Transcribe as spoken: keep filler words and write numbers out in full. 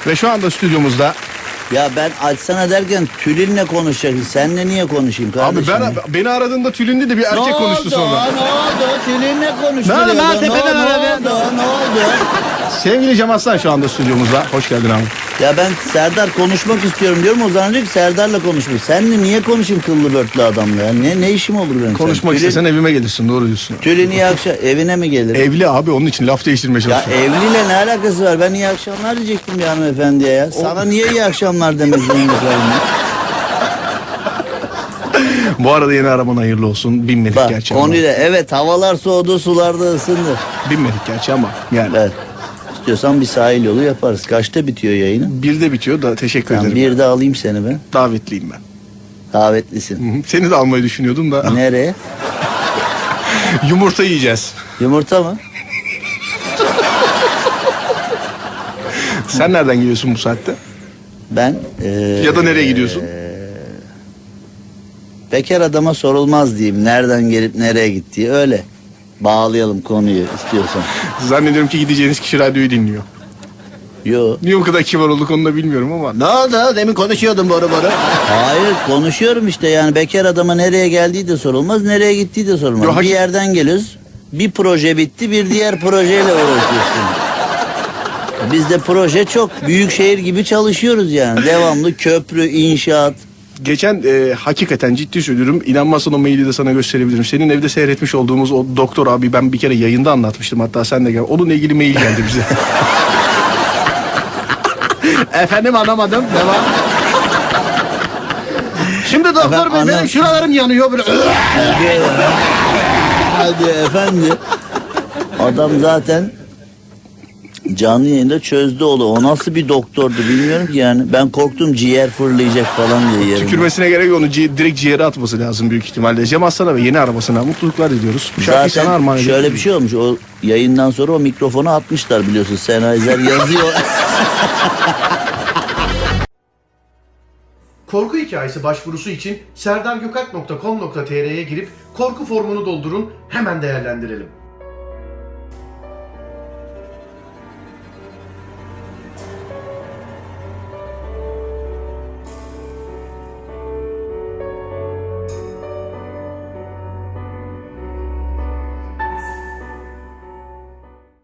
Ve şu anda stüdyomuzda. Ya ben açsana derken Tülin'le konuşacaksın. Seninle niye konuşayım kardeşim? Abi ben beni aradığında Tülin de bir erkek ne konuştu oldu, sonra. Ne oldu? Tülin'le konuştu. Ne oldu? diyordu. Maltepe'den ne, aradı. ne oldu? Ne oldu? Sevgili Cem Aslan şu anda stüdyomuzda. Hoş geldin abi. Ya ben Serdar konuşmak istiyorum diyorum. O zaman diyor ki Serdar'la konuşmak. Seninle niye konuşayım kıllı börtlü adamla ya? Ne, ne işim olur benim? Konuşmak Tülin, istesen evime gelirsin, doğru diyorsun. Tülin iyi akşam evine mi gelir? Evli abi, onun için laf değiştirmeye Ya çalışıyorum. evliyle ne alakası var? Ben iyi akşamlar diyecektim bir hanımefendiye ya. Sana niye iyi akşamlar demek zorunda kaldım? Bu arada yeni araban hayırlı olsun. Binmedik Bak gerçi ama. konuyla evet havalar soğudu sularda ısındı. Binmedik gerçi ama yani. Evet. İstiyorsan bir sahil yolu yaparız. Kaçta bitiyor yayının? Birde bitiyor da teşekkür Tamam, ederim. bir de alayım seni ben. Davetliyim ben. Davetlisin. Hı hı. Seni de almayı düşünüyordum da. Nereye? Yumurta yiyeceğiz. Yumurta mı? Sen nereden geliyorsun bu saatte? Ben... Ee, Ya da nereye gidiyorsun? Bekar adama sorulmaz diyeyim. Nereden gelip nereye gittiği öyle. Bağlayalım konuyu istiyorsan. Zannediyorum ki gideceğiniz kişi radyoyu dinliyor. Yo. Niye bu kadar kibar olduk onu da bilmiyorum ama. Ne oldu? Demin konuşuyordun boru boru. Hayır konuşuyorum işte yani bekar adama nereye geldiği de sorulmaz, nereye gittiği de sorulmaz. Yo, bir hakik- yerden geliyoruz. Bir proje bitti, bir diğer projeyle uğraşıyorsun. Bizde proje çok. Büyük şehir gibi çalışıyoruz yani. Devamlı köprü, inşaat. Geçen e, hakikaten ciddi söylüyorum. İnanmazsan o maili de sana gösterebilirim. Senin evde seyretmiş olduğumuz o doktor abi ben bir kere yayında anlatmıştım. Hatta sen de gel. Onunla ilgili mail geldi bize. Efendim anlamadım. Devam. Şimdi doktor Efendim, bey benim anlam- şuralarım yanıyor böyle. Hadi, hadi efendi. Adam zaten canlı yayında çözdü oğlu. O nasıl bir doktordu bilmiyorum ki yani. Ben korktum ciğer fırlayacak falan diye yerimde. Tükürmesine gerek yok. Onu ci- direkt ciğere atması lazım büyük ihtimalle. Cem Aslan'a ve yeni arabasına mutluluklar diliyoruz. Bu şarkıyı sana armağan Zaten ediyorum. şöyle bir şey olmuş. O yayından sonra o mikrofonu atmışlar biliyorsun. Sennheiser yazıyor. Korku hikayesi başvurusu için serdargökalp nokta com nokta tr'ye girip korku formunu doldurun, hemen değerlendirelim.